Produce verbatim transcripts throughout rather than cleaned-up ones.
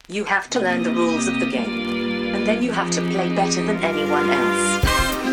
You have to learn the rules of the game. And then you have to play better than anyone else.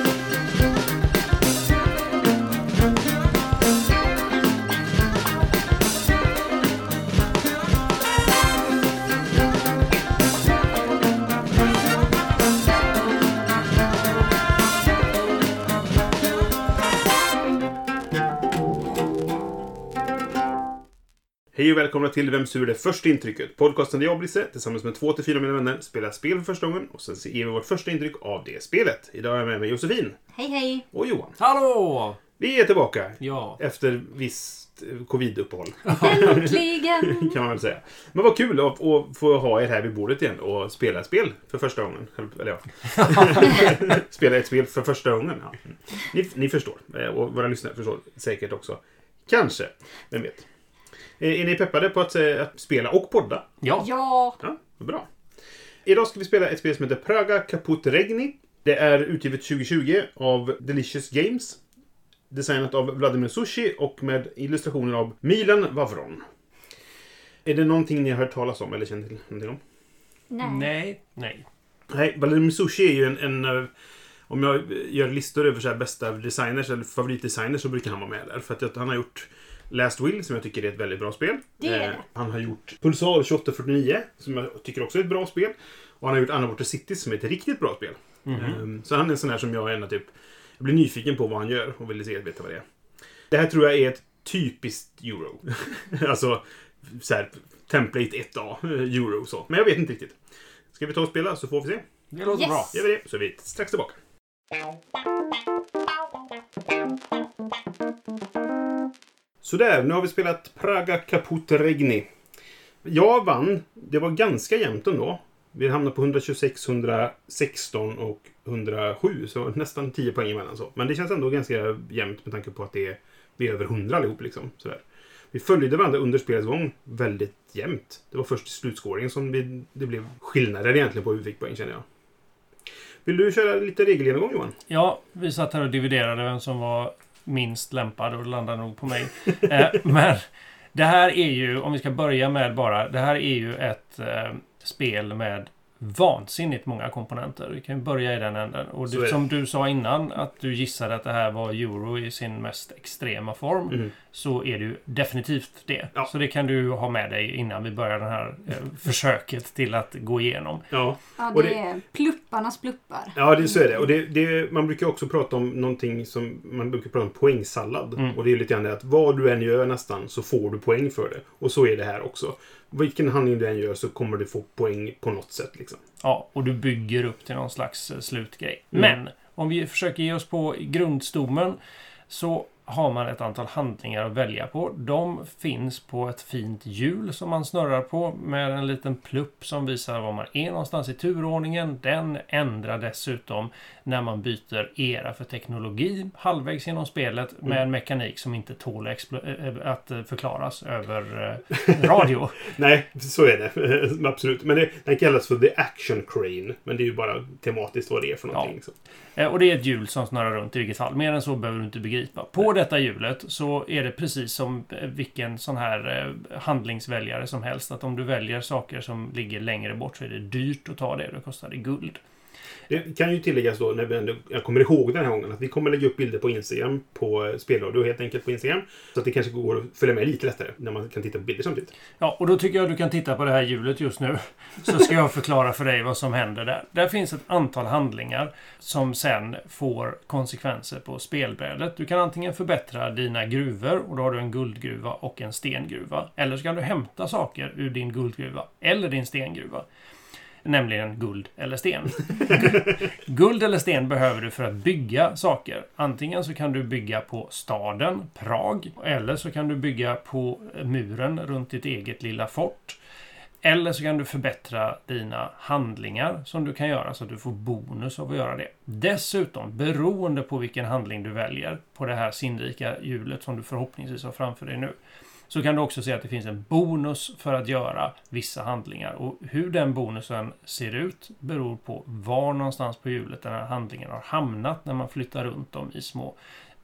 Hej och välkomna till Vem sur det första intrycket. Podcasten där jag, Brisse, tillsammans med två till fyra av mina vänner spelar spel för första gången och sen ser vi vårt första intryck av det spelet. Idag är jag med mig Josefin. Hej hej. Och Johan. Hallå! Vi är tillbaka. Ja. Efter visst covid-uppehåll. Äntligen! Kan man väl säga. Men vad kul att, att få ha er här vid bordet igen och spela ett spel för första gången. Eller ja. Spela ett spel för första gången. Ja. Ni, ni förstår. Och våra lyssnare förstår säkert också. Kanske. Vem vet. Är ni peppade på att, att spela och podda? Ja. Ja. Ja, bra. Idag ska vi spela ett spel som heter Praga Caput Regni. Det är utgivet tjugo tjugo av Delicious Games. Designat av Vladimir Sushi och med illustrationer av Milan Vavron. Är det någonting ni har hört talas om eller känner till någonting om? Nej. Nej. Nej. Nej, Vladimir Sushi är ju en... en om jag gör listor över så här bästa designers eller favoritdesigners så brukar han vara med där. För att han har gjort Last Will som jag tycker är ett väldigt bra spel. Det är det. Eh, han har gjort Pulsar tjugoåtta fyrtionio som jag tycker också är ett bra spel. Och han har gjort Underwater City som är ett riktigt bra spel. Mm-hmm. Eh, så han är en sån här som jag ändå typ... Jag blir nyfiken på vad han gör och vill se veta vad det är. Det här tror jag är ett typiskt euro. alltså så här template ett A euro så. Men jag vet inte riktigt. Ska vi ta och spela så får vi se. Det låter Yes. bra. Gör vi det så är vi strax tillbaka. Så där, nu har vi spelat Praga Caput Regni. Jag vann. Det var ganska jämnt ändå. Vi hamnade på hundratjugosex, hundrasexton och hundrasju. Så nästan tio poäng emellan så. Men det känns ändå ganska jämnt med tanke på att det är, vi är över hundra allihop liksom. Sådär. Vi följde varandra under spelets gång väldigt jämnt. Det var först i slutskåringen som vi, det blev skillnader egentligen på hur vi fick poäng känner jag. Vill du köra lite regelgenomgång Johan? Ja, vi satt här och dividerade vem som var minst lämpad och landade nog på mig. eh, men det här är ju, om vi ska börja med bara, det här är ju ett eh, spel med vansinnigt många komponenter. Vi kan ju börja i den änden. Och du, som du sa innan, att du gissade att det här var euro i sin mest extrema form, mm. så är det ju definitivt det. Ja. Så det kan du ha med dig innan vi börjar det här eh, försöket till att gå igenom. Ja, ja det, det är plupparnas pluppar. Ja, det, så är det. Och det, det, man brukar också prata om någonting som man brukar prata om poängsallad. Mm. Och det är lite grann det att vad du än gör nästan så får du poäng för det. Och så är det här också. Vilken handling du än gör så kommer du få poäng på något sätt liksom. Ja, och du bygger upp till någon slags slutgrej. Mm. Men om vi försöker ge oss på grundstommen så har man ett antal handlingar att välja på. De finns på ett fint hjul som man snurrar på med en liten plupp som visar var man är någonstans i turordningen. Den ändrar dessutom när man byter era för teknologi halvvägs genom spelet med mm. en mekanik som inte tål explo- att förklaras över eh, radio. Nej, så är det. Absolut. Men det, den kallas för The Action Crane. Men det är ju bara tematiskt vad det är för någonting. Ja. Så. Och det är ett hjul som snurrar runt i vilket fall. Mer än så behöver du inte begripa. På detta hjulet så är det precis som vilken sån här handlingsväljare som helst. Att om du väljer saker som ligger längre bort så är det dyrt att ta det. Det kostar det guld. Det kan ju tilläggas då, när vi ändå, jag kommer ihåg den här gången, att vi kommer lägga upp bilder på Instagram, på Spelradio helt enkelt på Instagram. Så att det kanske går att följa med lite lättare när man kan titta på bilder samtidigt. Ja, och då tycker jag att du kan titta på det här hjulet just nu. Så ska jag förklara för dig vad som händer där. Där finns ett antal handlingar som sen får konsekvenser på spelbrädet. Du kan antingen förbättra dina gruvor och då har du en guldgruva och en stengruva. Eller så kan du hämta saker ur din guldgruva eller din stengruva. Nämligen guld eller sten. Guld eller sten behöver du för att bygga saker. Antingen så kan du bygga på staden, Prag. Eller så kan du bygga på muren runt ditt eget lilla fort. Eller så kan du förbättra dina handlingar som du kan göra så att du får bonus av att göra det. Dessutom, beroende på vilken handling du väljer på det här sinnrika hjulet som du förhoppningsvis har framför dig nu, så kan du också se att det finns en bonus för att göra vissa handlingar. Och hur den bonusen ser ut beror på var någonstans på hjulet den här handlingen har hamnat när man flyttar runt dem i små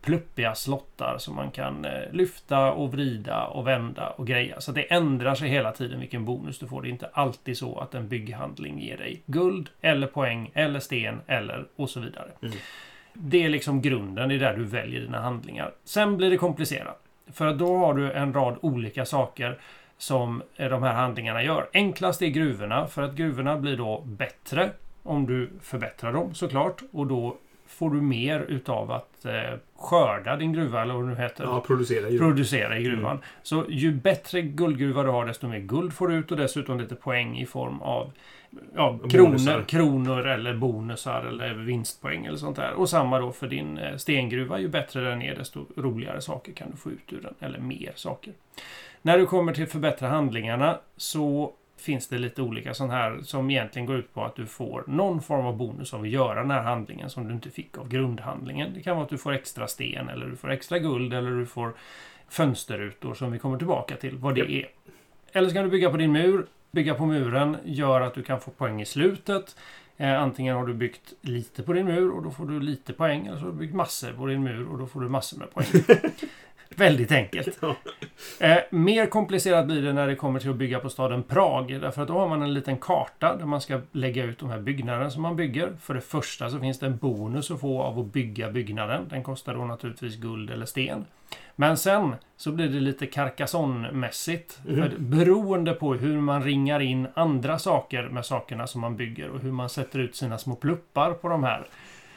pluppiga slottar som man kan eh, lyfta och vrida och vända och greja. Så det ändrar sig hela tiden vilken bonus du får. Det är inte alltid så att en bygghandling ger dig guld eller poäng eller sten eller och så vidare. Mm. Det är liksom grunden, det är där du väljer dina handlingar. Sen blir det komplicerat. För då har du en rad olika saker som de här handlingarna gör. Enklast är gruvorna, för att gruvorna blir då bättre om du förbättrar dem såklart. Och då får du mer utav att eh, skörda din gruva, eller vad det nu heter. Ja, producera i, producera i gruvan. Mm. Så ju bättre guldgruva du har, desto mer guld får du ut och dessutom lite poäng i form av ja, kronor, kronor eller bonusar eller vinstpoäng eller sånt där. Och samma då för din eh, stengruva. Ju bättre den är, desto roligare saker kan du få ut ur den. Eller mer saker. När du kommer till förbättra handlingarna så finns det lite olika sån här som egentligen går ut på att du får någon form av bonus av att göra den här handlingen som du inte fick av grundhandlingen. Det kan vara att du får extra sten eller du får extra guld eller du får fönsterrutor som vi kommer tillbaka till vad det yep. är. Eller så kan du bygga på din mur. Bygga på muren gör att du kan få poäng i slutet. Eh, antingen har du byggt lite på din mur och då får du lite poäng. Eller så har du byggt massor på din mur och då får du massor med poäng. Väldigt enkelt. Ja. Eh, mer komplicerat blir det när det kommer till att bygga på staden Prag. Därför att då har man en liten karta där man ska lägga ut de här byggnaderna som man bygger. För det första så finns det en bonus att få av att bygga byggnaden. Den kostar då naturligtvis guld eller sten. Men sen så blir det lite Carcassonne-mässigt. Mm. För beroende på hur man ringar in andra saker med sakerna som man bygger och hur man sätter ut sina små pluppar på de här,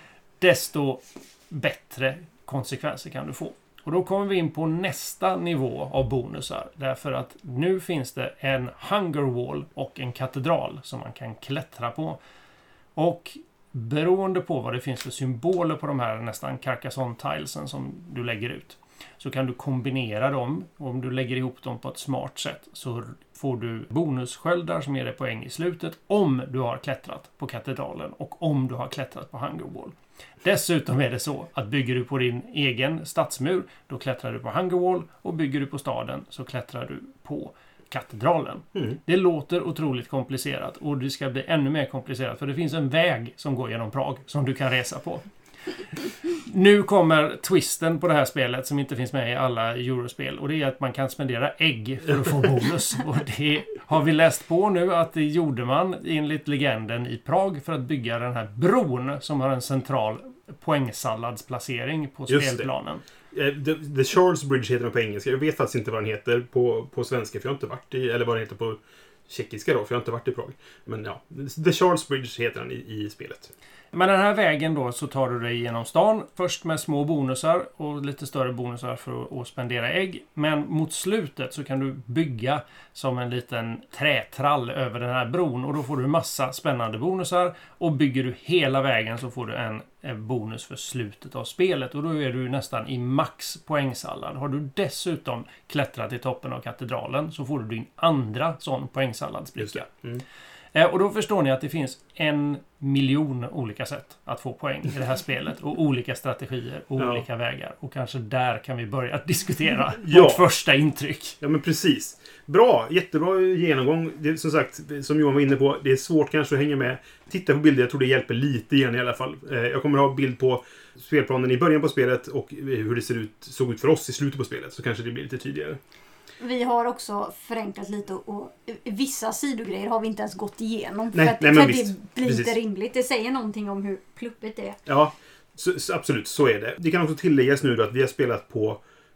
desto bättre konsekvenser kan du få. Och då kommer vi in på nästa nivå av bonusar. Därför att nu finns det en hunger wall och en katedral som man kan klättra på. Och beroende på vad det finns för symboler på de här nästan Carcassonne-tilesen som du lägger ut, så kan du kombinera dem. Om du lägger ihop dem på ett smart sätt så får du bonussköldar som ger dig poäng i slutet om du har klättrat på katedralen och om du har klättrat på hunger wall. Dessutom är det så att bygger du på din egen stadsmur, då klättrar du på hunger wall, och bygger du på staden så klättrar du på katedralen. Mm. Det låter otroligt komplicerat och det ska bli ännu mer komplicerat för det finns en väg som går genom Prag som du kan resa på. Nu kommer twisten på det här spelet som inte finns med i alla eurospel, och det är att man kan spendera ägg för att få bonus. Och det har vi läst på nu att det gjorde man enligt legenden i Prag för att bygga den här bron som har en central poängsalladsplacering på spelplanen. The, the Charles Bridge heter den på engelska. Jag vet faktiskt inte vad den heter på, på svenska, för jag har inte varit i, eller vad den heter på tjeckiska då, för jag har inte varit i Prag. Men ja, The Charles Bridge heter den i, i spelet. Men den här vägen då så tar du dig genom stan. Först med små bonusar och lite större bonusar för att, att spendera ägg. Men mot slutet så kan du bygga som en liten trätrall över den här bron. Och då får du massa spännande bonusar. Och bygger du hela vägen så får du en, en bonus för slutet av spelet. Och då är du nästan i max poängsallad. Har du dessutom klättrat till toppen av katedralen så får du din andra sån poängsalladsbricka. Mm. Och då förstår ni att det finns en miljon olika sätt att få poäng i det här spelet. Och olika strategier och ja. olika vägar. Och kanske där kan vi börja diskutera ja. vårt första intryck. Ja, men precis. Bra, jättebra genomgång. Det är, som sagt, som Johan var inne på, det är svårt kanske att hänga med. Titta på bilder, jag tror det hjälper lite igen i alla fall. Jag kommer att ha bild på spelplanen i början på spelet och hur det ser ut, såg ut för oss i slutet på spelet. Så kanske det blir lite tydligare. Vi har också förenklat lite och vissa sidogrejer har vi inte ens gått igenom. Nej, för att, nej, för att visst, det blir precis. inte rimligt. Det säger någonting om hur pluppigt det är. Ja, så, så absolut, så är det. Det kan också tilläggas nu då att vi har spelat på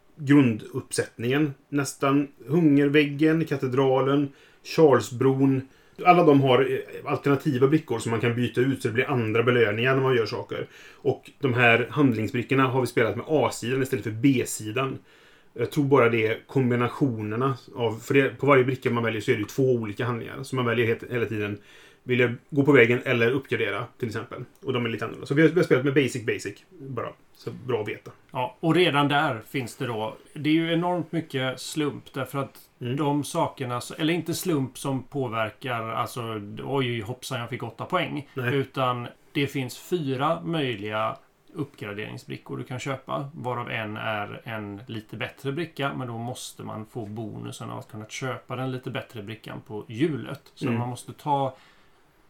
grunduppsättningen. Nästan Hungerväggen, Katedralen, Charlesbron. Alla de har alternativa brickor som man kan byta ut så det blir andra belöningar när man gör saker. Och de här handlingsbrickorna har vi spelat med A-sidan istället för B-sidan. Jag tror bara det är kombinationerna av, för det, på varje bricka man väljer så är det ju två olika handlingar. Så man väljer hela tiden, vill jag gå på vägen eller uppgradera till exempel. Och de är lite annorlunda. Så vi har, vi har spelat med basic basic. Bara så bra att veta. Ja, och redan där finns det då, det är ju enormt mycket slump därför att mm. de sakerna, eller inte slump som påverkar, alltså oj hoppsan jag fick åtta poäng. Nej. Utan det finns fyra möjliga uppgraderingsbrickor du kan köpa, varav en är en lite bättre bricka, men då måste man få bonusen av att kunna köpa den lite bättre brickan på hjulet. Så mm. man måste ta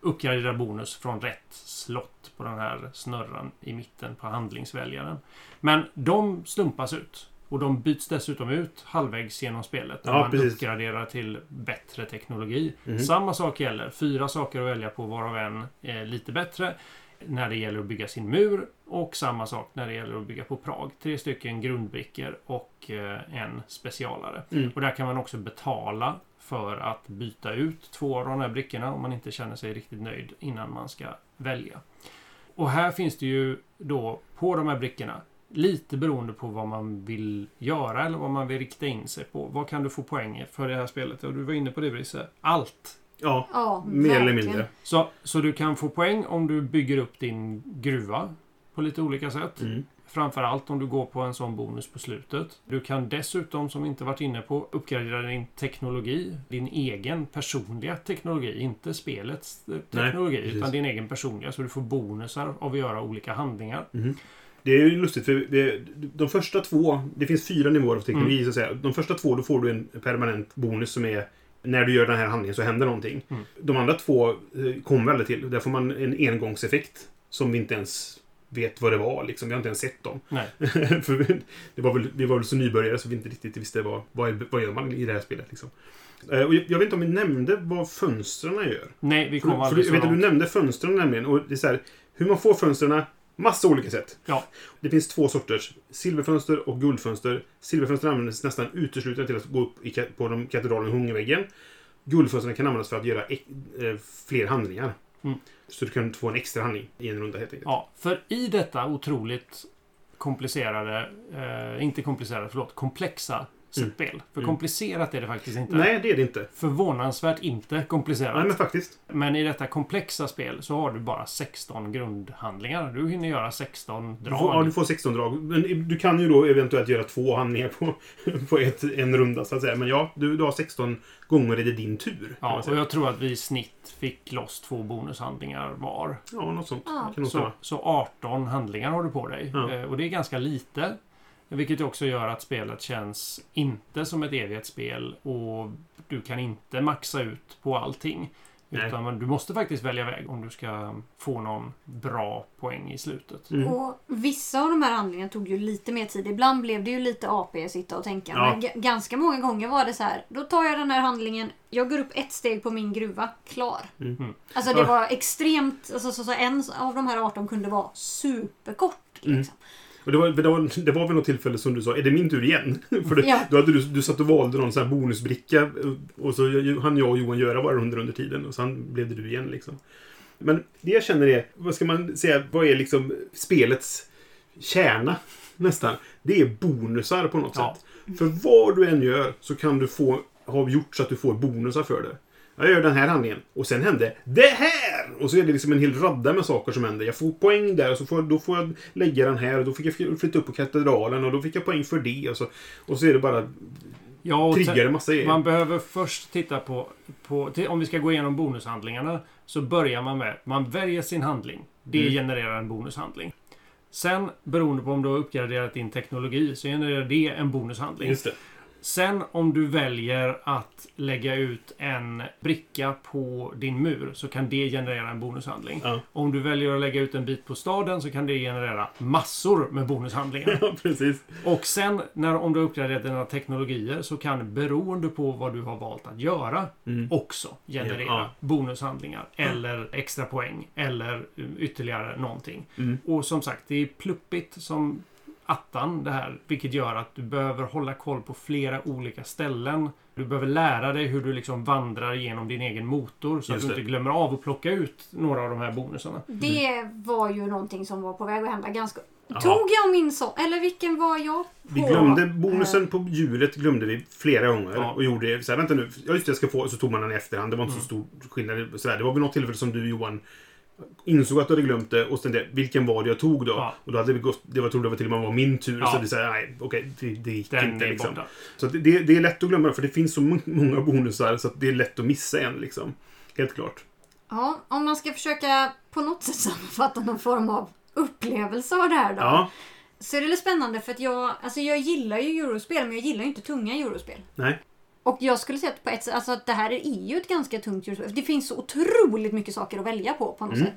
uppgradera bonus från rätt slott på den här snurran i mitten på handlingsväljaren. Men de slumpas ut. Och de byts dessutom ut halvvägs genom spelet. När Ja, man precis. uppgraderar till bättre teknologi. Mhm. Samma sak gäller. Fyra saker att välja på, varav en är lite bättre. När det gäller att bygga sin mur. Och samma sak när det gäller att bygga på Prag. Tre stycken grundbrickor och eh, en specialare. Mm. Och där kan man också betala för att byta ut två av de här brickorna om man inte känner sig riktigt nöjd innan man ska välja. Och här finns det ju då på de här brickorna, lite beroende på vad man vill göra eller vad man vill rikta in sig på. Vad kan du få poäng för det här spelet? Och du var inne på det, Brisse. Allt. Ja, Ja, mer eller verkligen. mindre. Så, så du kan få poäng om du bygger upp din gruva på lite olika sätt. Mm. Framförallt om du går på en sån bonus på slutet. Du kan dessutom, som vi inte varit inne på, uppgradera din teknologi. Din egen personliga teknologi. Inte spelets teknologi, precis. utan din egen personliga. Så du får bonusar av att göra olika handlingar. Mm. Det är ju lustigt för det, de första två, det finns fyra nivåer av teknologi Mm. så att säga. De första två, då får du en permanent bonus som är när du gör den här handlingen så händer någonting. Mm. De andra två eh, kommer väldigt till. Där får man en engångseffekt som vi inte ens vet vad det var. Liksom. Vi har inte ens sett dem. Nej. För det var väl, vi var väl så nybörjare så vi inte riktigt visste vad, vad, är, vad gör man i det här spelet. Liksom. Eh, och jag, jag vet inte om vi nämnde vad fönstren gör. Nej, vi För, kommer för, aldrig jag så vet att du långt. nämnde fönstren nämligen. Och det är så här, hur man får fönstren, massa olika sätt. Ja. Det finns två sorters. Silverfönster och guldfönster. Silverfönster används nästan uteslutande till att gå upp i, ka- på de katedralen i hungerväggen. Guldfönstren kan användas för att göra ek- eh, fler handlingar. Mm. Så du kan få en extra handling i en runda helt enkelt. Ja, för i detta otroligt komplicerade, eh, inte komplicerade, förlåt, komplexa Mm. spel. För Mm. komplicerat är det faktiskt inte. Nej, det är det inte. Förvånansvärt inte komplicerat. Nej, men faktiskt. Men i detta komplexa spel så har du bara sexton grundhandlingar. Du hinner göra sexton Du drag. får, ja, du får sexton drag. Men du kan ju då eventuellt göra två handlingar på, på ett, en runda så att säga. Men ja, du, du har sexton gånger är det din tur. Kan Ja, man och säga. jag tror att vi i snitt fick loss två bonushandlingar var. Ja, något sånt. Ja. Det kan nog Så, stämma. så arton handlingar har du på dig. Ja. Eh, och det är ganska lite. Vilket också gör att spelet känns inte som ett evighetsspel. Och du kan inte maxa ut på allting. Nej. Utan man- du måste faktiskt välja väg om du ska få någon bra poäng i slutet. Mm. Och vissa av de här handlingarna tog ju lite mer tid. Ibland blev det ju lite A P sitta och tänka. Ja. Men g- ganska många gånger var det så här. Då tar jag den här handlingen. Jag går upp ett steg på min gruva. Klar. Mm. Mm. Alltså det Ja. var extremt. Alltså, så, så en av de här arton kunde vara superkort. Mm. Liksom. Och det var, det, var, det var vid något tillfälle som du sa, är det min tur igen? För det, Ja. då hade du, du satt och valde någon sån här bonusbricka och så hann jag och Johan göra våra runder under tiden och sen blev det du igen liksom. Men det jag känner är, vad ska man säga, vad är liksom spelets kärna nästan? Det är bonusar på något Ja. sätt. För vad du än gör så kan du få, ha gjort så att du får bonusar för det. Jag gör den här handlingen och sen hände det här! Och så är det liksom en hel radda med saker som händer. Jag får poäng där och så får, då får jag lägga den här och då fick jag flytta upp på katedralen och då fick jag poäng för det och så, och så är det bara Ja, och triggar en massa grejer. man behöver först titta på, på till, om vi ska gå igenom bonushandlingarna, så börjar man med, man väljer sin handling. Det Mm. genererar en bonushandling. Sen, beroende på om du har uppgraderat din teknologi, så genererar det en bonushandling. Just det. Sen om du väljer att lägga ut en bricka på din mur, så kan det generera en bonushandling. Ja. Om du väljer att lägga ut en bit på staden, så kan det generera massor med bonushandlingar. Ja, precis. Och sen, när, om du har uppgraderat dina teknologier, så kan, beroende på vad du har valt att göra, Mm. också generera Ja. bonushandlingar. Eller extra poäng. Eller uh, ytterligare någonting. Mm. Och som sagt, det är pluppigt som attan det här. Vilket gör att du behöver hålla koll på flera olika ställen. Du behöver lära dig hur du liksom vandrar genom din egen motor. Så att Just du det. inte glömmer av att plocka ut några av de här bonusarna. Det var ju någonting som var på väg att hända ganska... Ja. Tog jag min sån? Eller vilken var jag på? Vi glömde bonusen på hjulet glömde vi flera gånger Ja. och gjorde det. Så här, vänta nu, ja just det, jag ska få, så tog man den i efterhand. Det var inte Mm. så stor skillnad. Så här, det var vid något tillfälle som du, Johan, insåg att du hade glömt det och sen det, vilken var det jag tog då? Ja. Och då hade vi gått, det var, trodde det var till och med var min tur. Ja. Så det säger nej, okej, det, det gick Den inte är liksom. borta. Så att det, det är lätt att glömma för det finns så må- många bonusar så att det är lätt att missa en liksom. Helt klart. Ja, om man ska försöka på något sätt sammanfatta någon form av upplevelse av det här då. Ja, Så är det lite spännande för att jag, alltså jag gillar ju eurospel men jag gillar ju inte tunga eurospel. nej. Och jag skulle säga att på ett sätt, alltså att det här är ju ett ganska tungt djurspel. Det finns så otroligt mycket saker att välja på på något Mm. sätt.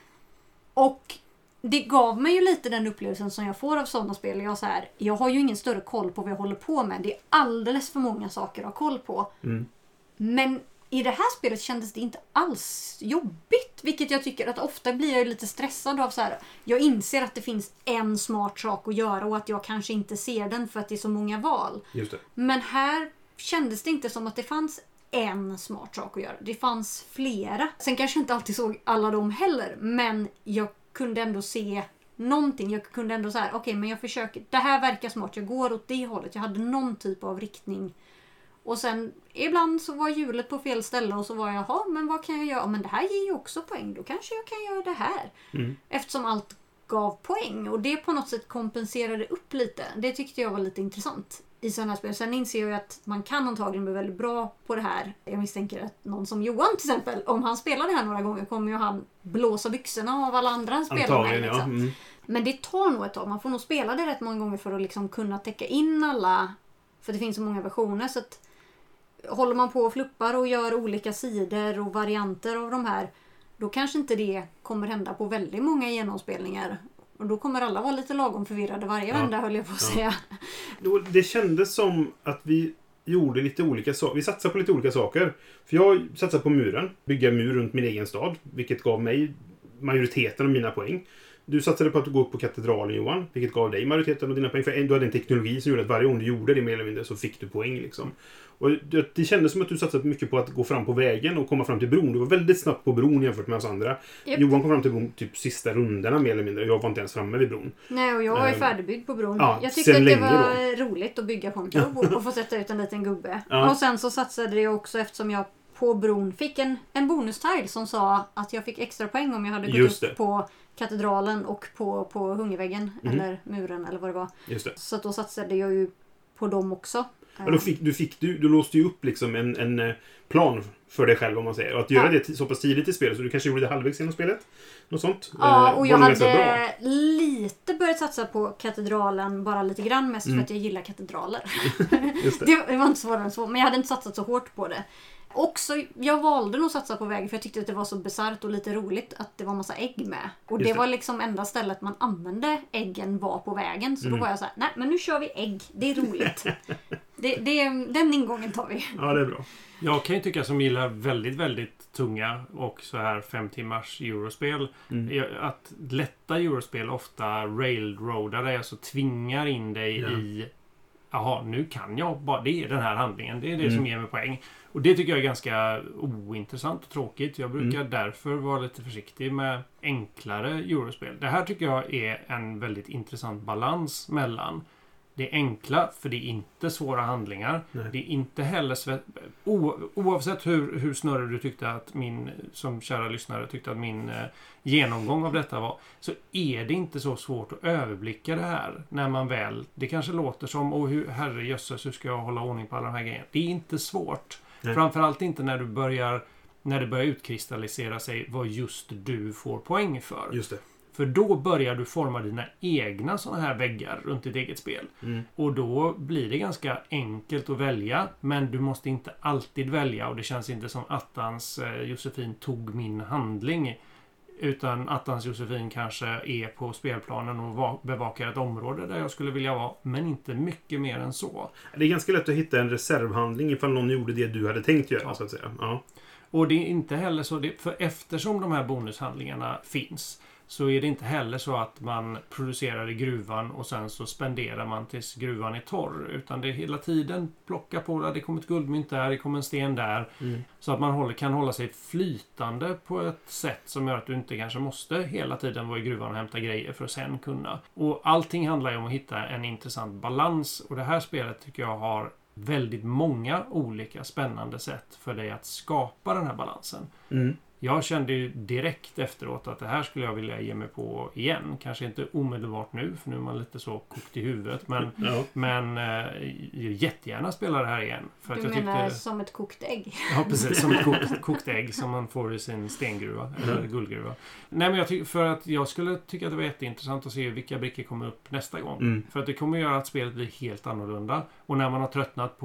Och det gav mig ju lite den upplevelsen som jag får av sådana spel. Jag, så här, jag har ju ingen större koll på vad jag håller på med. Det är alldeles för många saker att ha koll på. Mm. Men i det här spelet kändes det inte alls jobbigt. Vilket jag tycker att ofta blir jag lite stressad av så här. Jag inser att det finns en smart sak att göra och att jag kanske inte ser den för att det är så många val. Just det. Men här kändes det inte som att det fanns en smart sak att göra. Det fanns flera. Sen kanske jag inte alltid såg alla dem heller. Men jag kunde ändå se någonting. Jag kunde ändå säga, okej okay, men jag försöker. Det här verkar smart. Jag går åt det hållet. Jag hade någon typ av riktning. Och sen ibland så var hjulet på fel ställe och så var jag, jaha, men vad kan jag göra? Men det här ger ju också poäng. Då kanske jag kan göra det här. Mm. Eftersom allt gav poäng. Och det på något sätt kompenserade upp lite. Det tyckte jag var lite intressant i sådana här spel. Sen inser jag att man kan antagligen bli väldigt bra på det här. Jag misstänker att någon som Johan till exempel, om han spelar det här några gånger kommer ju han blåsa byxorna av alla andra han spelar med. Liksom. Ja. Mm. Men det tar nog ett tag. Man får nog spela det rätt många gånger för att liksom kunna täcka in alla. För det finns så många versioner så att håller man på och fluppar och gör olika sidor och varianter av de här, då kanske inte det kommer hända på väldigt många genomspelningar. Och då kommer alla vara lite lagom förvirrade varje Ja. vända, höll jag på att säga. Då, det kändes som att vi gjorde lite olika saker. Vi satsade på lite olika saker. För jag satsade på muren. Bygga en mur runt min egen stad. Vilket gav mig majoriteten av mina poäng. Du satsade på att gå upp på katedralen, Johan. Vilket gav dig majoriteten av dina poäng. För du hade en teknologi som gjorde att varje gång du gjorde det mer eller mindre så fick du poäng. Liksom. Och det, det kändes som att du satsade mycket på att gå fram på vägen och komma fram till bron. Du var väldigt snabbt på bron jämfört med oss andra. Yep. Johan kom fram till bron typ sista runderna mer eller mindre. Och jag var inte ens framme vid bron. Nej, och jag var ju Eh, färdigbyggd på bron. ja, jag tyckte sen att det länge var roligt att bygga på en bro och få sätta ut en liten gubbe. Ja. Och sen så satsade jag också eftersom jag på bron fick en, en bonustile som sa att jag fick extra poäng om jag hade gått Just upp det. på katedralen och på, på hungerväggen Mhm. eller muren eller vad det var. Just det. Så att då satsade jag ju på dem också. Ja, då fick, du, fick, du, du låste ju upp liksom en, en eh, plan för dig själv om man säger. Och att göra Ja. det så pass tidigt i spelet så du kanske gjorde det halvvägs genom spelet. Något sånt. Ja, Eh, och var jag nog ganska bra. hade lite börjat satsa på katedralen bara lite grann mest Mm. för att jag gillar katedraler. Just det. det, det var inte svårare än så, men jag hade inte satsat så hårt på det. Också, jag valde nog att satsa på vägen för jag tyckte att det var så bisarrt och lite roligt att det var massa ägg med. Och Just det det. var liksom enda stället man använde äggen var på vägen. Så Mm. då var jag så här, nej men nu kör vi ägg, det är roligt. det, det, den ingången tar vi. Ja, det är bra. Jag kan ju tycka som gillar väldigt, väldigt tunga och så här fem timmars eurospel. Mm. är Att lätta eurospel ofta railroadar dig, alltså tvingar in dig Ja. i jaha, nu kan jag bara, det är den här handlingen. Det är det Mm. som ger mig poäng. Och det tycker jag är ganska ointressant och tråkigt. Jag brukar Mm. därför vara lite försiktig med enklare eurospel. Det här tycker jag är en väldigt intressant balans mellan det enkla, för det är inte svåra handlingar. Nej. Det är inte heller sve- o- oavsett hur, hur snurrig du tyckte att min, som kära lyssnare tyckte att min eh, genomgång av detta var, så är det inte så svårt att överblicka det här när man väl, det kanske låter som, åh hur, herrejösses, hur ska jag hålla ordning på alla de här grejerna? Det är inte svårt. Nej. Framförallt inte när du börjar när det börjar utkristallisera sig vad just du får poäng för. Just det. För då börjar du forma dina egna sådana här väggar runt ditt eget spel. Mm. Och då blir det ganska enkelt att välja. Men du måste inte alltid välja. Och det känns inte som attans eh, Josefin tog min handling. Utan attans Josefin kanske är på spelplanen och va- bevakar ett område där jag skulle vilja vara. Men inte mycket mer än så. Det är ganska lätt att hitta en reservhandling ifall någon gjorde det du hade tänkt göra, Ja. så att säga. Ja. Och det är inte heller så, det, för eftersom de här bonushandlingarna finns så är det inte heller så att man producerar i gruvan och sen så spenderar man tills gruvan är torr. Utan det är hela tiden plocka på det, det kommer ett guldmynt där, det kommer en sten där. Mm. Så att man håller, kan hålla sig flytande på ett sätt som gör att du inte kanske måste hela tiden vara i gruvan och hämta grejer för att sen kunna. Och allting handlar ju om att hitta en intressant balans. Och det här spelet tycker jag har väldigt många olika spännande sätt för dig att skapa den här balansen. Mm. Jag kände ju direkt efteråt att det här skulle jag vilja ge mig på igen. Kanske inte omedelbart nu, för nu är man lite så kokt i huvudet. Men, Ja. men eh, jag jättegärna spela det här igen. För att Du jag menar tyckte, som ett kokt ägg? ja, precis. Som ett kokt, kokt ägg som man får i sin stengruva. Eller Mm. guldgruva. Nej, men jag ty- för att jag skulle tycka att det var jätteintressant att se vilka brickor kommer upp nästa gång. Mm. För att det kommer göra att spelet blir helt annorlunda. Och när man har tröttnat på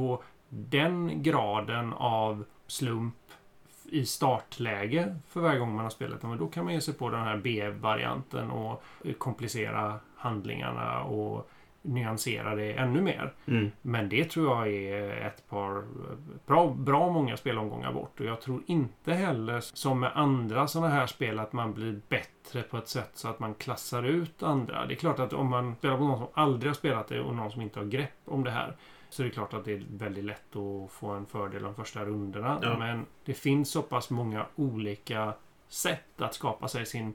den graden av slump i startläge för varje gång man har spelat. Men då kan man ge sig på den här B-varianten och komplicera handlingarna och nyansera det ännu mer. Mm. Men det tror jag är ett par bra, bra många spelomgångar bort. Och jag tror inte heller som med andra sådana här spel att man blir bättre på ett sätt så att man klassar ut andra. Det är klart att om man spelar på någon som aldrig har spelat det och någon som inte har grepp om det här, så är det klart att det är väldigt lätt att få en fördel de första rundorna. Ja. Men det finns så pass många olika sätt att skapa sig sin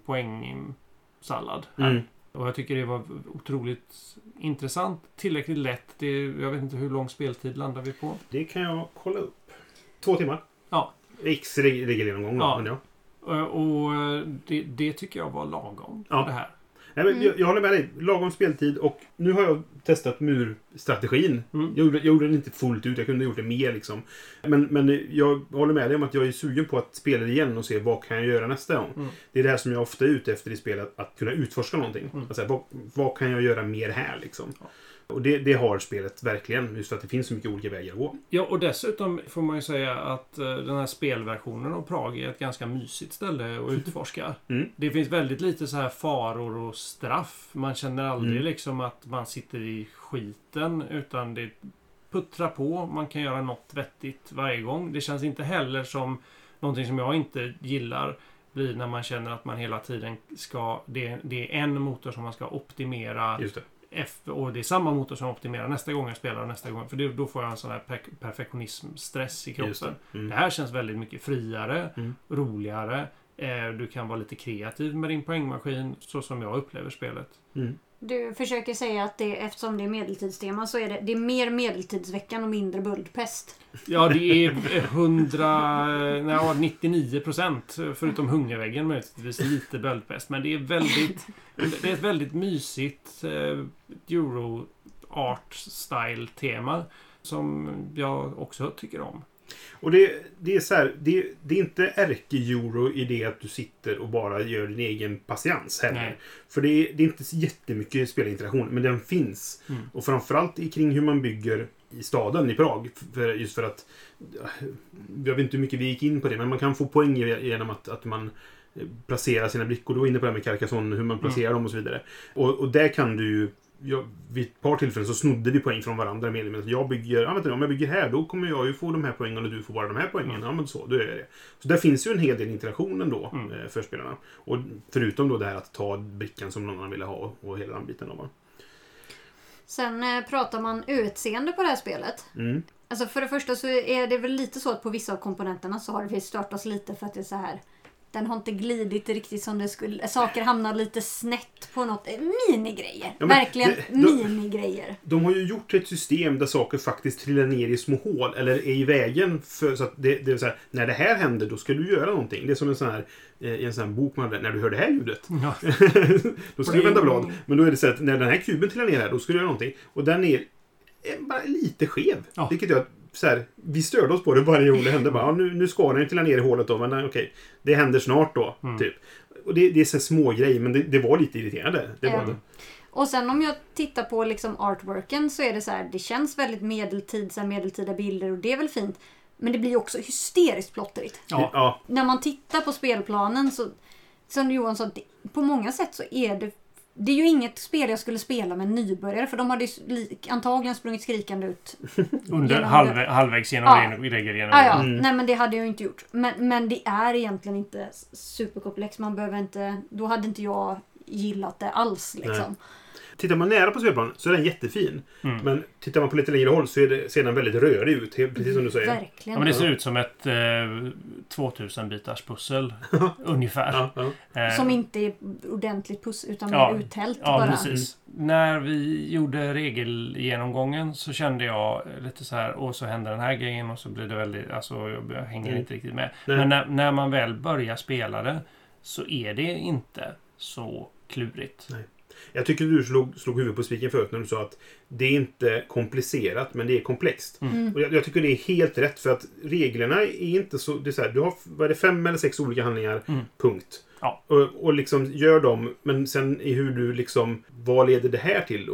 poängsallad här. Mm. Och jag tycker det var otroligt intressant. Tillräckligt lätt. Det, jag vet inte hur lång speltid landar vi på. Det kan jag kolla upp. Två timmar. Ja. X regelgenomgång. Ja. Men ja. Och det, det tycker jag var lagom. Ja. Det här. Nej, men jag, jag håller med dig. Lagom speltid. Och nu har jag testat murstrategin. Mm. Jag, gjorde, jag gjorde den inte fullt ut. Jag kunde ha gjort det mer liksom. Men, men jag håller med dig om att jag är sugen på att spela det igen och se vad kan jag göra nästa gång. Mm. Det är det här som jag ofta är ute efter i spelet. Att kunna utforska någonting. Mm. Alltså, vad, vad kan jag göra mer här liksom. Ja. Och det, det har spelet verkligen. Just för att det finns så mycket olika vägar att gå. Ja, och dessutom får man ju säga att uh, den här spelversionen av Prag är ett ganska mysigt ställe att utforska. Mm. Det finns väldigt lite så här faror och straff. Man känner aldrig mm. liksom att man sitter i skiten, utan det puttrar på. Man kan göra något vettigt varje gång. Det känns inte heller som någonting som jag inte gillar blir när man känner att man hela tiden ska... Det, det är en motor som man ska optimera. Just det. F, och det är samma motor som optimerar nästa gång jag spelar och nästa gång. För det, då får jag en sån här per- perfektionism-stress i kroppen. Det. Mm. Det här känns väldigt mycket friare, mm. roligare. Eh, du kan vara lite kreativ med din poängmaskin, så som jag upplever spelet. Mm. Du försöker säga att det, eftersom det är medeltidstema, så är det, det är mer medeltidsveckan och mindre böldpest. Ja, det är hundra, nej, nittionio procent förutom hungerväggen, möjligtvis lite böldpest. Men det är väldigt, det är ett väldigt mysigt eh, Euro art style tema som jag också tycker om. Och det, det är så här, det, det är inte ärke-euro i det att du sitter och bara gör din egen patiens heller. Nej. För det är, det är inte så jättemycket spelinteraktion, men den finns. Mm. Och framförallt kring hur man bygger i staden i Prag. För, just för att, jag vet inte hur mycket vi gick in på det, men man kan få poäng genom att, att man placerar sina brickor. Då är inne på det här med Carcassonne, hur man placerar mm. dem och så vidare. Och, och där kan du ju, jag, vid ett par tillfällen så snodde vi poäng från varandra med, med att jag bygger, ja, vet du, om jag bygger här, då kommer jag ju få de här poängen och du får bara de här poängen. Mm. Ja, men så, då är det. Så där finns ju en hel del interaktion ändå mm. eh, för spelarna. Och förutom då det här att ta brickan som någon annan ville ha och hela den biten av. Sen eh, pratar man utseende på det här spelet. Mm. Alltså för det första så är det väl lite så att på vissa av komponenterna så har vi stört oss lite för att det är så här. Den har inte glidit riktigt som det skulle. Saker hamnar lite snett på något. Minigrejer. Ja, verkligen det, de, minigrejer. De har ju gjort ett system där saker faktiskt trillar ner i små hål. Eller är i vägen. För, så att det, det är så här, när det här händer, då ska du göra någonting. Det är som en sån här, en sån här bok man hade, när du hör det här ljudet. Ja. Då ska du vända blad. Men då är det så att när den här kuben trillar ner här, då ska du göra någonting. Och den är bara lite skev. Ja. Vilket gör att så här, vi störde oss på det varje gång det hände. Bara, ja, nu, nu ska den trilla ner i hålet då. Men okej, okay, det händer snart då. Mm. Typ. Och det, det är så små grejer, men det, det var lite irriterande. Det var mm. det. Och sen om jag tittar på liksom artworken så är det så här, det känns väldigt medeltid, så här medeltida bilder och det är väl fint. Men det blir också hysteriskt plotterigt. Ja. Ja. När man tittar på spelplanen så, som Johan sa, på många sätt så är det Det är ju inget spel jag skulle spela med nybörjare, för de hade ju antagligen sprungit skrikande ut under halv, halvvägs genom ja. regel genom. Ja, ja. Mm. Nej, men det hade jag inte gjort. Men, men det är egentligen inte superkomplext. Man behöver inte, då hade inte jag gillat det alls liksom. Nej. Tittar man nära på spelplanen så är den jättefin. Mm. Men tittar man på lite längre håll så är det, ser den väldigt rörig ut. Precis som du säger. Verkligen. Ja, men det ser ut som ett eh, tvåtusen bitars pussel ungefär. Ja, ja. Eh, som inte är ordentligt puss utan ja, mer uthällt ja, bara. Precis. Mm. När vi gjorde regelgenomgången så kände jag lite så här, och så händer den här grejen och så blir det väldigt, alltså jag hänger mm. inte riktigt med. Nej. Men när, när man väl börjar spela det så är det inte så klurigt. Nej. Jag tycker du slog, slog huvudet på spiken förut när du sa att det är inte komplicerat, men det är komplext. Mm. Och jag, jag tycker det är helt rätt, för att reglerna är inte så... Det är så här, du har vad är det, fem eller sex olika handlingar, mm. punkt. Ja. Och, och liksom gör dem, men sen i hur du liksom... Vad leder det här till? Och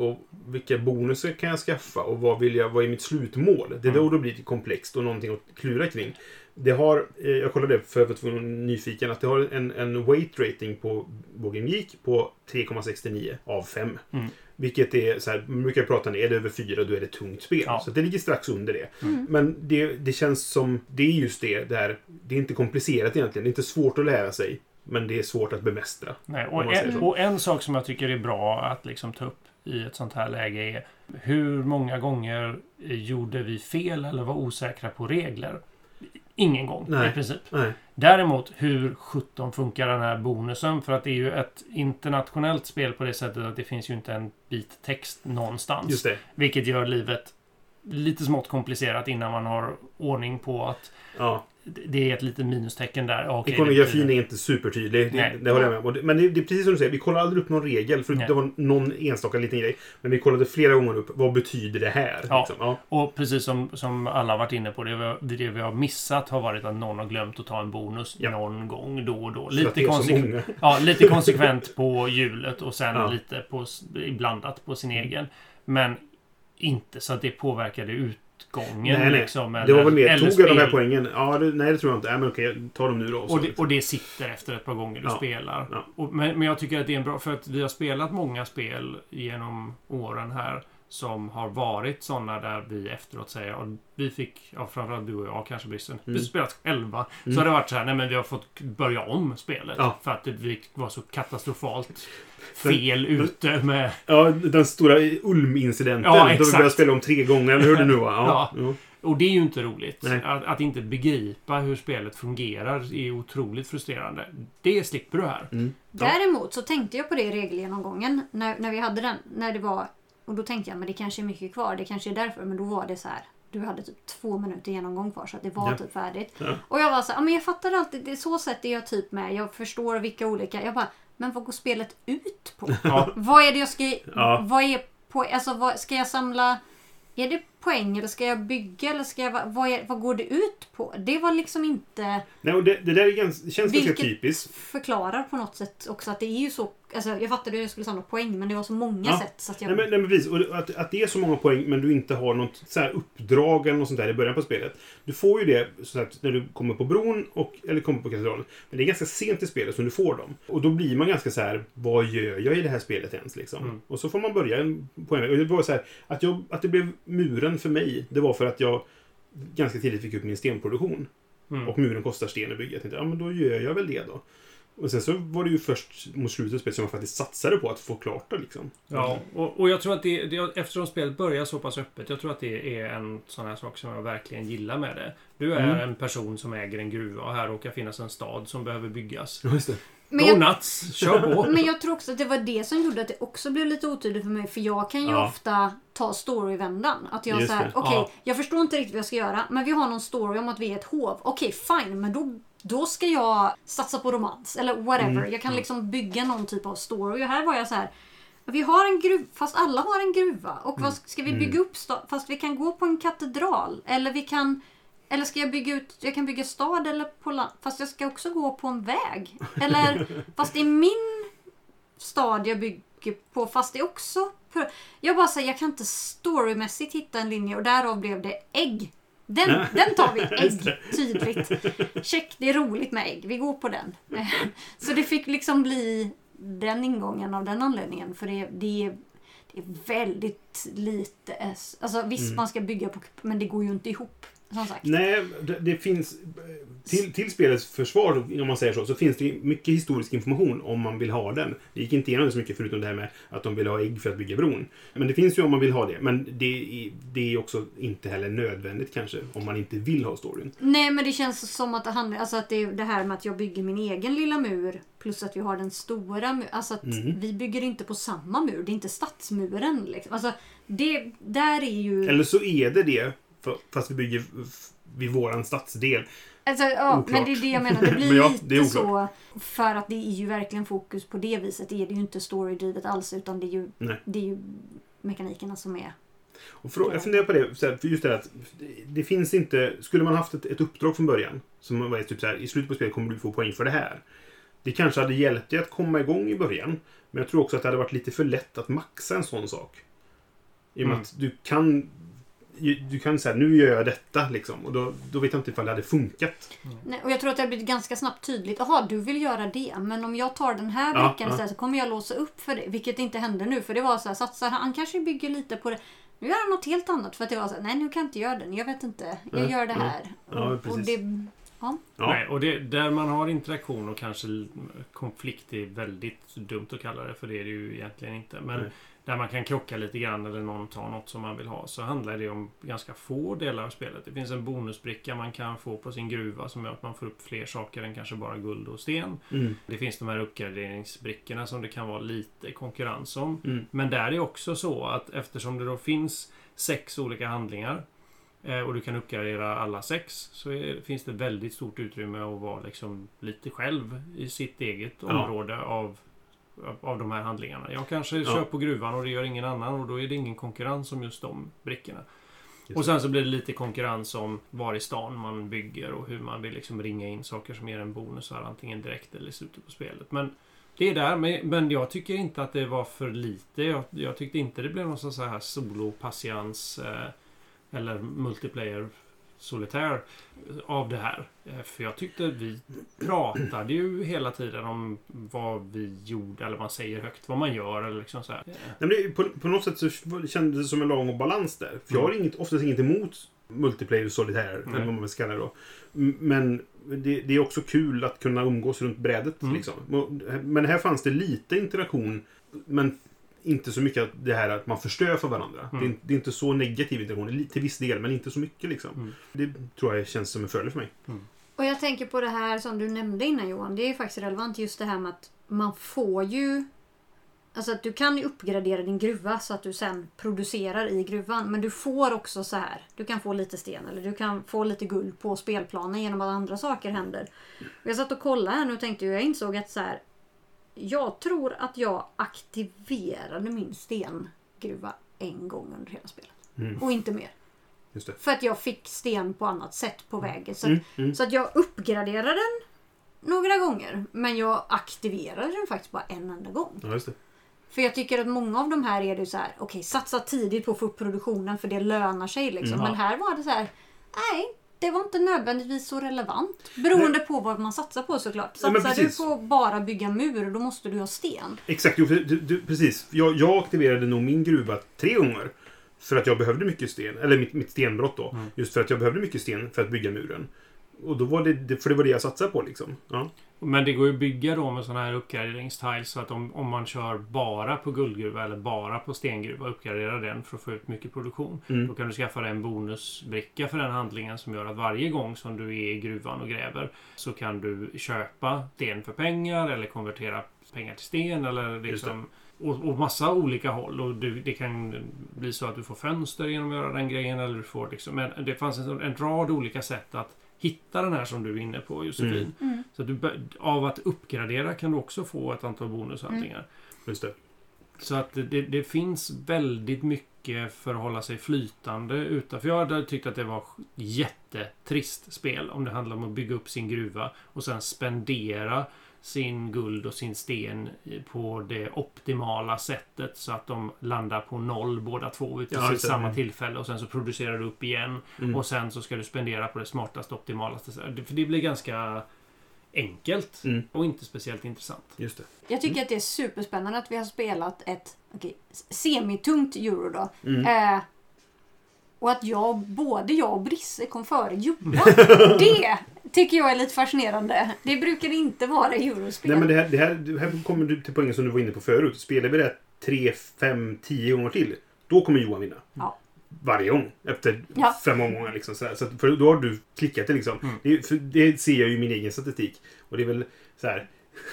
vilka bonusar kan jag skaffa och vad vill jag, vad är mitt slutmål? Det är då Mm. det blir komplext och någonting att klura kring. Det har, eh, jag kollade det för att vara nyfiken, att det har en, en weight rating på Board Game Geek på tre komma sextionio av fem. Mm. Vilket är så här, man brukar prata om det, är det över fyra då är det ett tungt spel. Ja. Så det ligger strax under det. Mm. Men det, det känns som, det är just det där, det är inte komplicerat egentligen, det är inte svårt att lära sig. Men det är svårt att bemästra. Nej, om och, man säger en, så. och en sak som jag tycker är bra att liksom ta upp i ett sånt här läge är hur många gånger gjorde vi fel eller var osäkra på regler? Ingen gång Nej. i princip. Nej. Däremot, hur sjutton funkar den här bonusen? För att det är ju ett internationellt spel på det sättet att det finns ju inte en bit text någonstans. Just det. Vilket gör livet lite smått komplicerat innan man har ordning på att Ja. det är ett litet minustecken där. Okej, Ikonografin det är inte supertydlig. Nej. Det, det håller jag med om. Och det- Men det, det är precis som du säger. Vi kollar aldrig upp någon regel. För Nej. det var någon enstaka liten grej. Men vi kollade flera gånger upp. Vad betyder det här? Ja. Liksom. Ja. Och precis som, som alla har varit inne på, det vi, har, det vi har missat har varit att någon har glömt att ta en bonus Ja. någon gång då och då. Så att Lite, det är så konsekvent, många. ja, lite konsekvent på hjulet och sen Ja. lite på, blandat på sin egen. Men inte så att det påverkade utgången. Nej, nej. Liksom, Det var väl mer. eller Tog jag de här spel. poängen? Ja, det, nej det tror jag inte. Nej, men okej, jag tar dem nu då. Så. Och det, och det sitter efter ett par gånger du Ja. spelar. Ja. Och, men, men jag tycker att det är en bra... För att vi har spelat många spel genom åren här som har varit sådana där vi efteråt säger och vi fick, ja, framförallt du och jag kanske Brissen, Mm. vi spelat själva. Mm. Så har det varit så här, nej men vi har fått börja om spelet. Ja. För att det var så katastrofalt fel ute med... Ja, den stora Ulm-incidenten. Ja, Då vi exakt. började spela om tre gånger. Eller hur det nu var? Ja. Ja. Ja. Och det är ju inte roligt. Nej. Att, att inte begripa hur spelet fungerar är otroligt frustrerande. Det slipper du här. Mm. Ja. Däremot så tänkte jag på det i regelgenomgången när, när vi hade den. När det var, och då tänkte jag, men det kanske är mycket kvar. Det kanske är därför. Men då var det så här. Du hade typ två minuter genomgång kvar så att det var Ja. typ färdigt. Ja. Och jag var så här, ja, men jag fattar alltid. Det är så sätt är jag typ med. Jag förstår vilka olika. Jag bara, men vad går spelet ut på? Ja. Vad är det jag ska... Ja. Vad är på, alltså vad, ska jag samla... Är det poäng eller ska jag bygga eller ska jag... Vad, är, vad går det ut på? Det var liksom inte... Nej, och det, det där är ganska, det känns ganska Vilket- typiskt. Förklarar på något sätt också att det är ju så... Alltså jag fattade att jag skulle samla poäng men det var så många Ja. sätt så att jag... Nej men, nej, men precis. Och att, att det är så många poäng men du inte har något så här uppdrag eller något sånt där i början på spelet. Du får ju det så att när du kommer på bron och, eller kommer på katedralen. Men det är ganska sent i spelet som du får dem. Och då blir man ganska så här, vad gör jag i det här spelet ens liksom? Mm. Och så får man börja en poäng. Och det var så här, att, jag, att det blev muren för mig, det var för att jag ganska tidigt fick upp min stenproduktion. Mm. Och muren kostar sten att bygga. Jag tänkte, ja men då gör jag väl det då. Och sen så var det ju först mot slutet av spelet som jag faktiskt satsade på att få klart det liksom. Ja, och, och jag tror att det, det, eftersom spelet börjar så pass öppet, jag tror att det är en sån här sak som jag verkligen gillar med det. Du är Mm. en person som äger en gruva och här råkar finnas en stad som behöver byggas. Ja, just det. Men Go jag, nuts! Kör på! men jag tror också att det var det som gjorde att det också blev lite otydligt för mig. För jag kan ju Ja. ofta ta storyvändan. Att jag Just säger, det. okej, Ja. jag förstår inte riktigt vad jag ska göra. Men vi har någon story om att vi är ett hov. Okej, fine. Men då, då ska jag satsa på romans. Eller whatever. Mm. Jag kan liksom bygga någon typ av story. Och här var jag så här. Vi har en gruva, fast alla har en gruva. Och vad ska vi bygga upp? Sta- fast vi kan gå på en katedral. Eller vi kan... Eller ska jag bygga ut, jag kan bygga stad eller på land, fast jag ska också gå på en väg. Eller, fast det är min stad jag bygger på, fast det är också... För, jag bara säger, jag kan inte storymässigt hitta en linje och därav blev det ägg. Den, den tar vi, ägg, tydligt. Check, det är roligt med ägg, vi går på den. Så det fick liksom bli den ingången av den anledningen, för det, det är... Det är väldigt lite... Alltså visst Mm. man ska bygga på... Men det går ju inte ihop. Som sagt. Nej, det, det finns... Till, till spelets försvar, om man säger så, så finns det mycket historisk information om man vill ha den. Det gick inte igenom så mycket förutom det här med att de vill ha ägg för att bygga bron. Men det finns ju om man vill ha det. Men det är, det är också inte heller nödvändigt kanske, om man inte vill ha storyn. Nej, men det känns som att det handlar... Alltså att det är det här med att jag bygger min egen lilla mur plus att vi har den stora muren. Alltså att Mhm. vi bygger inte på samma mur. Det är inte stadsmuren liksom. Alltså det... Där är ju... Eller så är det det, för- fast vi bygger f- vid våran stadsdel. Alltså, ja, Oklart. men det är det jag menar. Det blir Men ja, lite det är så. För att det är ju verkligen fokus på det viset. Det är det ju inte storydrivet alls. Utan det är ju, Nej. det är ju mekanikerna som är... Och för, jag funderar på det, så här, för just det att det finns inte... Skulle man haft ett, ett uppdrag från början, som var typ så här, i slutet på spelet kommer du få poäng för det här. Det kanske hade hjälpt dig att komma igång i början. Men jag tror också att det hade varit lite för lätt att maxa en sån sak. I och med Mm. att du kan du kan säga, nu gör jag detta liksom. Och då, då vet jag inte ifall det hade funkat. Mm. Nej, och jag tror att det har blivit ganska snabbt tydligt. Jaha, du vill göra det. Men om jag tar den här Ja, brickan ja. istället så kommer jag låsa upp för det. Vilket inte händer nu. För det var så här, satsar han, han kanske bygger lite på det. Nu gör han något helt annat. För att det var så här, nej nu kan jag inte göra den. Jag vet inte. Jag Nej, gör det ja. här. Ja, och, och precis. det, ja. Ja. Nej, och det, där man har interaktion och kanske konflikt är väldigt dumt att kalla det, för det är det ju egentligen inte. Men Nej. där man kan krocka lite grann eller någon tar något som man vill ha, så handlar det om ganska få delar av spelet. Det finns en bonusbricka man kan få på sin gruva som gör att man får upp fler saker än kanske bara guld och sten. Mm. Det finns de här uppgraderingsbrickorna som det kan vara lite konkurrens om. Mm. Men där är också så att eftersom det då finns sex olika handlingar eh, och du kan uppgradera alla sex, så är, finns det väldigt stort utrymme att vara liksom lite själv i sitt eget Ja. område av, av de här handlingarna. Jag kanske Ja. kör på gruvan och det gör ingen annan, och då är det ingen konkurrens om just de brickorna. Just Och sen så blir det lite konkurrens om var i stan man bygger och hur man vill liksom ringa in saker som ger en bonus här, antingen direkt eller i slutet på spelet. Men det är där, men- men jag tycker inte att det var för lite. Jag, jag tyckte inte det blev någon sån så här solo-patiens eh, eller multiplayer solitär av det här. Eh, För jag tyckte vi pratade ju hela tiden om vad vi gjorde, eller man säger högt vad man gör eller liksom så här. Nej, men det, på, på något sätt så kändes det som en lång balans där. För jag har inget, oftast inget emot multiplayer solitär, Nej. eller vad man ska kalla det då. M- Men det, det är också kul att kunna umgås runt brädet. Mm. Liksom. Men här fanns det lite interaktion, men inte så mycket att det här att man förstör för varandra. Mm. Det, är, det är inte så negativ interaktion, li- till viss del, men inte så mycket. Liksom. Mm. Det tror jag känns som en fördel för mig. Och jag tänker på det här som du nämnde innan Johan. Det är faktiskt relevant just det här med att man får ju... Alltså att du kan ju uppgradera din gruva så att du sen producerar i gruvan. Men du får också så här. Du kan få lite sten eller du kan få lite guld på spelplanen genom att andra saker händer. Och jag satt och kollade här nu och tänkte jag insåg att så här. Jag tror att jag aktiverade min stengruva en gång under hela spelet. Mm. Och inte mer. Just det. För att jag fick sten på annat sätt på vägen. Så att, Mm. Mm. så att jag uppgraderade den några gånger. Men jag aktiverade den faktiskt bara en enda gång. Ja, just det. För jag tycker att många av de här är det så här. Okej, okay, satsa tidigt på att få upp produktionen för det lönar sig liksom. Mm. Men här var det så här. Nej, det var inte nödvändigtvis så relevant. Beroende på vad man satsar på såklart. Ja, men Satsar du precis. på bara bygga mur, då måste du ha sten. Exakt, jo, för du, du, precis. Jag, jag aktiverade nog min gruva tre gånger. För att jag behövde mycket sten. Eller mitt, mitt stenbrott då. Mm. Just för att jag behövde mycket sten för att bygga muren. Och då var det, det för det var det jag satsade på liksom. Ja. Men det går ju att bygga då med sådana här uppgraderingstiles, så att om, om man kör bara på guldgruva eller bara på stengruva och uppgraderar den för att få ut mycket produktion. Mm. Då kan du skaffa dig en bonusbricka för den handlingen som gör att varje gång som du är i gruvan och gräver så kan du köpa sten för pengar eller konvertera pengar till sten eller liksom, och, och massa olika håll. Och du, det kan bli så att du får fönster genom att göra den grejen, eller du får liksom, men det fanns en, en rad olika sätt att hitta den här som du är inne på, Josefin. Mm. Mm. Så du, av att uppgradera kan du också få ett antal bonushandlingar. Just det. Så att det, det finns väldigt mycket för att hålla sig flytande utanför. Jag hade tyckt att det var jättetrist spel om det handlar om att bygga upp sin gruva och sen spendera sin guld och sin sten på det optimala sättet så att de landar på noll båda två vid Ja, just det. samma tillfälle, och sen så producerar du upp igen Mm. och sen så ska du spendera på det smartaste, optimalaste. För det blir ganska enkelt Mm. och inte speciellt intressant. Just det. Jag tycker att det är superspännande att vi har spelat ett okay, semitungt euro då. Mm. Eh, och att jag, både jag och Brisse kom före Johan. Det tycker jag är lite fascinerande. Det brukar inte vara eurospel. Nej, men det här, det, här, det här kommer du till poängen som du var inne på förut. Spelar vi det tre, fem, tio gånger till, då kommer Johan vinna. Ja. Varje gång. Efter Ja. fem omgångar. Liksom, sådär. Så att, för då har du klickat det liksom. Mm. Det, för det ser jag ju i min egen statistik. Och det är väl så här.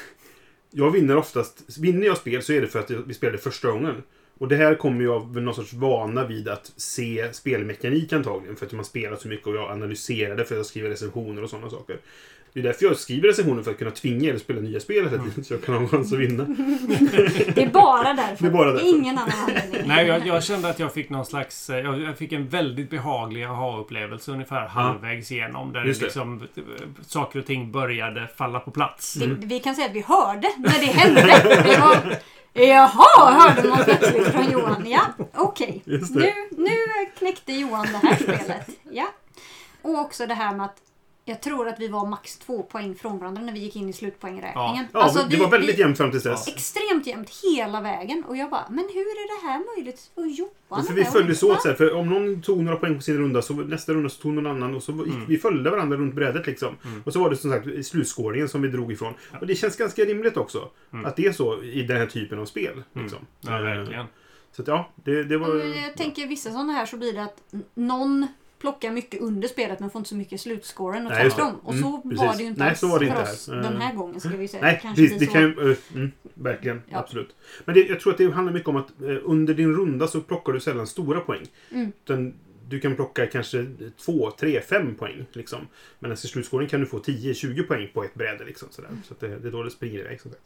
Jag vinner oftast. Vinner jag spel så är det för att vi spelade första gången. Och det här kommer ju av någon sorts vana vid att se spelmekanik antagligen. För att man spelar så mycket och jag analyserar det för att jag skriver recensioner och sådana saker. Det är därför jag skriver recensioner, för att kunna tvinga er att spela nya spel hela tiden, så jag kan ha en chans att vinna. Det är bara därför. Det är bara därför. Ingen annan anledning. Nej, jag, jag kände att jag fick någon slags... Jag, jag fick en väldigt behaglig aha-upplevelse ungefär halvvägs igenom. Där Just det. liksom saker och ting började falla på plats. Det, vi kan säga att vi hörde när det hände. Det var, Jaha, hörde man plötsligt från Johan. Ja, okej. Okay. Just det. Nu, nu knäckte Johan det här spelet. Ja. Och också det här med att jag tror att vi var max två poäng från varandra när vi gick in i slutpoängräkningen. Ja, alltså, det vi, var väldigt vi, jämnt fram till dess. Extremt jämnt hela vägen. Och jag bara, men hur är det här möjligt? Och Johan Ja, för vi följdes åt så här, för om någon tog några poäng på sin runda så nästa runda så tog någon annan och så gick, mm. vi följde varandra runt brädet liksom. Mm. Och så var det som sagt i slutskåringen som vi drog ifrån. Ja. Och det känns ganska rimligt också mm. att det är så i den här typen av spel. Liksom. Mm. Ja, verkligen. Så att, ja, det, det var... Jag ja. tänker vissa sådana här så blir det att någon plockar mycket under spelet men får inte så mycket slutscoren och tvärtom. Och så mm, var det ju inte Nej, alls så var det för inte oss här. den här gången ska vi säga. Nej, Kanske det, det så... kan ju... Mm, verkligen, ja. Absolut. Men det, jag tror att det handlar mycket om att eh, under din runda så plockar du sällan stora poäng. Mm. Utan du kan plocka kanske två, tre, fem poäng. Liksom. Men i slutskåren kan du få tio, tjugo poäng på ett bräde. Liksom, sådär. Så att det, det är då det springer iväg. Som sagt.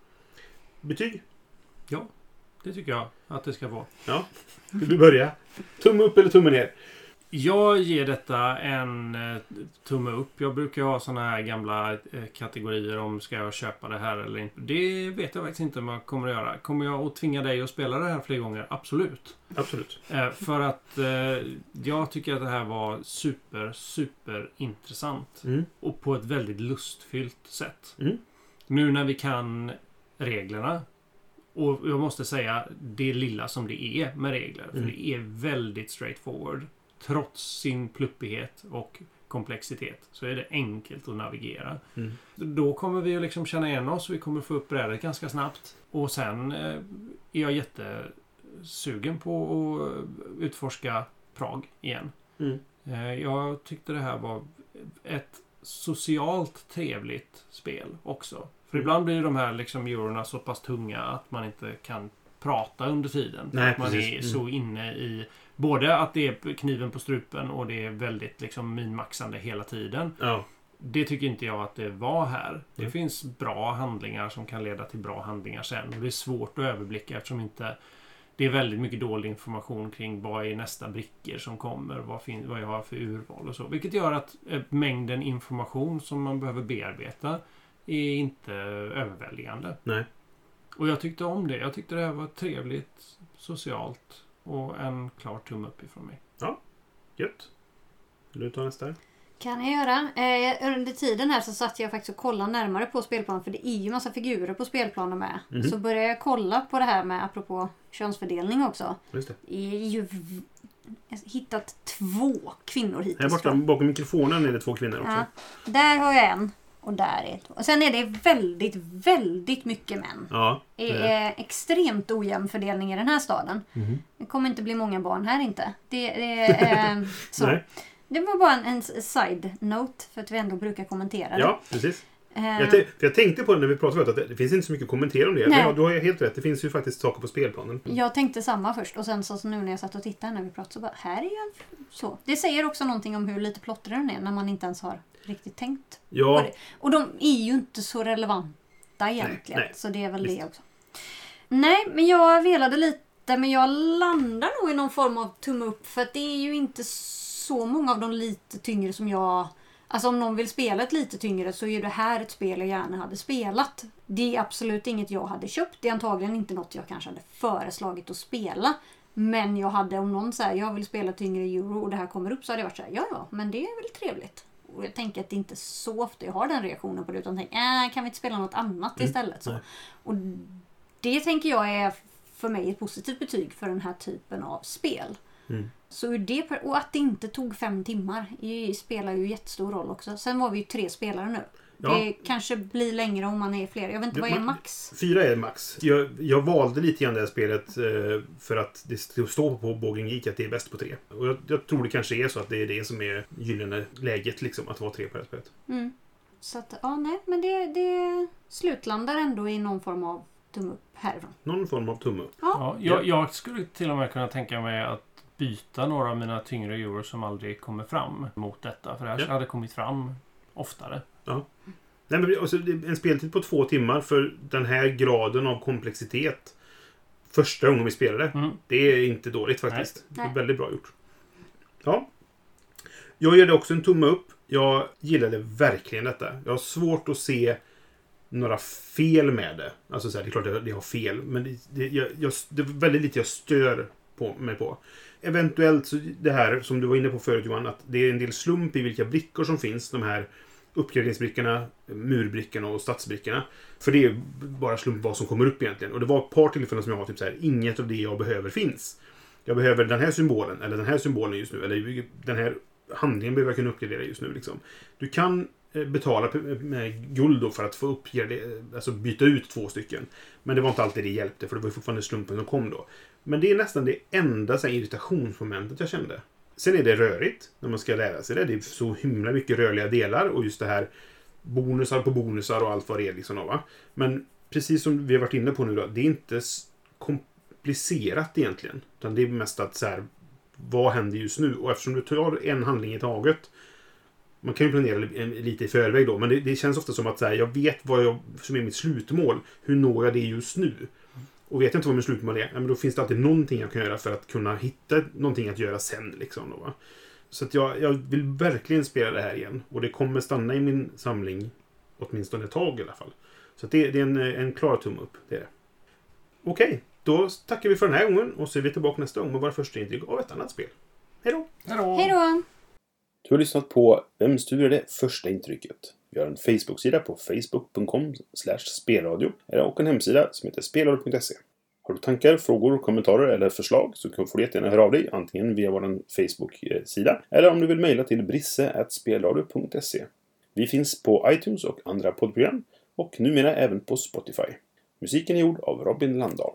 Betyg? Ja, det tycker jag att det ska vara. Ja, vill du börja? Tumme upp eller tumme ner? Jag ger detta en eh, tumme upp. Jag brukar ha såna här gamla eh, kategorier om ska jag köpa det här eller inte. Det vet jag faktiskt inte om jag kommer att göra. Kommer jag att tvinga dig att spela det här fler gånger? Absolut. Absolut. Eh, för att eh, jag tycker att det här var super, super intressant. Mm. Och på ett väldigt lustfyllt sätt. Mm. Nu när vi kan reglerna. Och jag måste säga det lilla som det är med regler. Mm. För det är väldigt straightforward. Trots sin pluppighet och komplexitet så är det enkelt att navigera. Mm. Då kommer vi att liksom känna igen oss. Vi kommer få upp brädet ganska snabbt. Och sen eh, är jag jättesugen på att utforska Prag igen. Mm. Eh, jag tyckte det här var ett socialt trevligt spel också. För mm. ibland blir de här liksom eurorna så pass tunga att man inte kan prata under tiden. Nej, att man precis. är Mm. så inne i både att det är kniven på strupen och det är väldigt liksom minmaxande hela tiden. Ja. Det tycker inte jag att det var här. Det Mm. finns bra handlingar som kan leda till bra handlingar sen. Och det är svårt att överblicka eftersom inte det är väldigt mycket dålig information kring vad är nästa brickor som kommer. Vad, fin- vad jag har för urval och så. Vilket gör att eh, mängden information som man behöver bearbeta är inte överväldigande. Nej. Och jag tyckte om det. Jag tyckte det här var trevligt, socialt och en klar tumme upp ifrån mig. Ja, gött. Vill du ta nästa? Kan jag göra. Eh, under tiden här så satt jag faktiskt och kollade närmare på spelplanen. För det är ju massa figurer på spelplanen med. Mm-hmm. Så började jag kolla på det här med, apropå könsfördelning också. Just det. Jag har ju jag har hittat två kvinnor hittills. Här borta bakom mikrofonen är det två kvinnor också. Ja, där har jag en. Och där är två. Och sen är det väldigt, väldigt mycket män. Ja, det är extremt ojämn fördelning i den här staden. Mm-hmm. Det kommer inte bli många barn här inte. Det, det, eh, så. Nej. Det var bara en, en side-note för att vi ändå brukar kommentera det. Ja, precis. Uh, jag, t- för jag tänkte på det när vi pratade förut att det finns inte så mycket att kommentera om det. Men du har ju helt rätt. Det finns ju faktiskt saker på spelplanen. Mm. Jag tänkte samma först och sen så, så nu när jag satt och tittade när vi pratade så bara, här är ju en så. Det säger också någonting om hur lite plottrig den är när man inte ens har riktigt tänkt ja. på det. Och de är ju inte så relevanta egentligen. Nej, nej. Så det är väl Visst. det också. Nej, men jag velade lite men jag landar nog i någon form av tumme upp för att det är ju inte så många av de lite tyngre som jag... Alltså om någon vill spela ett lite tyngre så är det här ett spel jag gärna hade spelat. Det är absolut inget jag hade köpt. Det är antagligen inte något jag kanske hade föreslagit att spela. Men jag hade, om någon säger jag vill spela tyngre euro och det här kommer upp så hade jag varit så här, ja ja, men det är väl trevligt. Och jag tänker att det inte är så ofta jag har den reaktionen på det utan tänker, äh, kan vi inte spela något annat mm. istället? Så. Och det tänker jag är för mig ett positivt betyg för den här typen av spel. Mm. Så ur det, och att det inte tog fem timmar spelar ju jättestor roll också. Sen var vi ju tre spelare nu. Ja. Det kanske blir längre om man är fler. Jag vet inte, vad är max? Fyra är max. Jag, jag valde lite grann det här spelet eh, för att det står på Bågen Geek att det är bäst på tre. Och jag, jag tror det kanske är så att det är det som är gyllene läget liksom, att vara tre på det här spelet. Mm. Så att, ja nej, men det, det slutlandar ändå i någon form av tumme upp härifrån. Någon form av tumme upp. Ja. Ja, jag, jag skulle till och med kunna tänka mig att byta några av mina tyngre euro som aldrig kommer fram mot detta. För det här ja. hade kommit fram oftare. Ja. Nej, men alltså, en speltid på två timmar för den här graden av komplexitet första gången vi spelade. Mm. Det är inte dåligt faktiskt. Nej. Det är väldigt bra gjort. Ja. Jag ger det också en tumme upp. Jag gillade verkligen detta. Jag har svårt att se några fel med det. Alltså så här, det är klart att det har fel. Men det, det, jag, jag, det är väldigt lite jag stör på, mig på. Eventuellt så det här som du var inne på förut Johan, att det är en del slump i vilka brickor som finns. De här uppgraderingsbrickorna, murbrickorna och stadsbrickorna. För det är bara slump vad som kommer upp egentligen. Och det var ett par tillfällen som jag har typ så här, inget av det jag behöver finns. Jag behöver den här symbolen, eller den här symbolen just nu. Eller den här handlingen behöver jag kunna uppgradera just nu. Liksom. Du kan betala med guld då för att få upp, alltså byta ut två stycken. Men det var inte alltid det hjälpte, för det var fortfarande slumpen som kom då. Men det är nästan det enda så här, irritationsmomentet jag kände. Sen är det rörigt när man ska lära sig det. Det är så himla mycket rörliga delar och just det här bonusar på bonusar och allt vad det är liksom. Va? Men precis som vi har varit inne på nu då, det är inte komplicerat egentligen. Utan det är mest att så här, vad händer just nu? Och eftersom du tar en handling i taget, man kan ju planera lite i förväg då, men det, det känns ofta som att så här, jag vet vad jag, som är mitt slutmål. Hur når jag det just nu? Och vet jag inte vad min slutmål är, ja, men då finns det alltid någonting jag kan göra för att kunna hitta någonting att göra sen. Liksom, då, va? Så att jag, jag vill verkligen spela det här igen. Och det kommer stanna i min samling åtminstone ett tag i alla fall. Så att det, det är en, en klar tumme upp. Det är det. Okej, då tackar vi för den här gången och så är vi tillbaka nästa gång med våra första intryck av ett annat spel. Hej då! Hej då! Du har lyssnat på Vem studerade första intrycket? Vi har en Facebook-sida på facebook punkt com slash spelradio och en hemsida som heter spelradio punkt se. Har du tankar, frågor, kommentarer eller förslag så får du jättegärna höra av dig antingen via vår Facebook-sida eller om du vill mejla till brisse at spelradio punkt se. Vi finns på iTunes och andra poddprogram och numera även på Spotify. Musiken är gjord av Robin Landahl.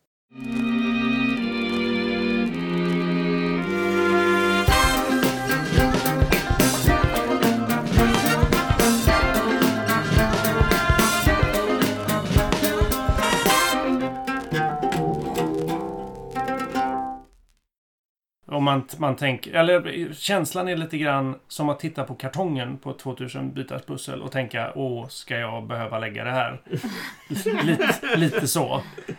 Om man, man tänker, eller känslan är lite grann som att titta på kartongen på tvåtusen bitars pussel och tänka, åh, ska jag behöva lägga det här? lite, lite så.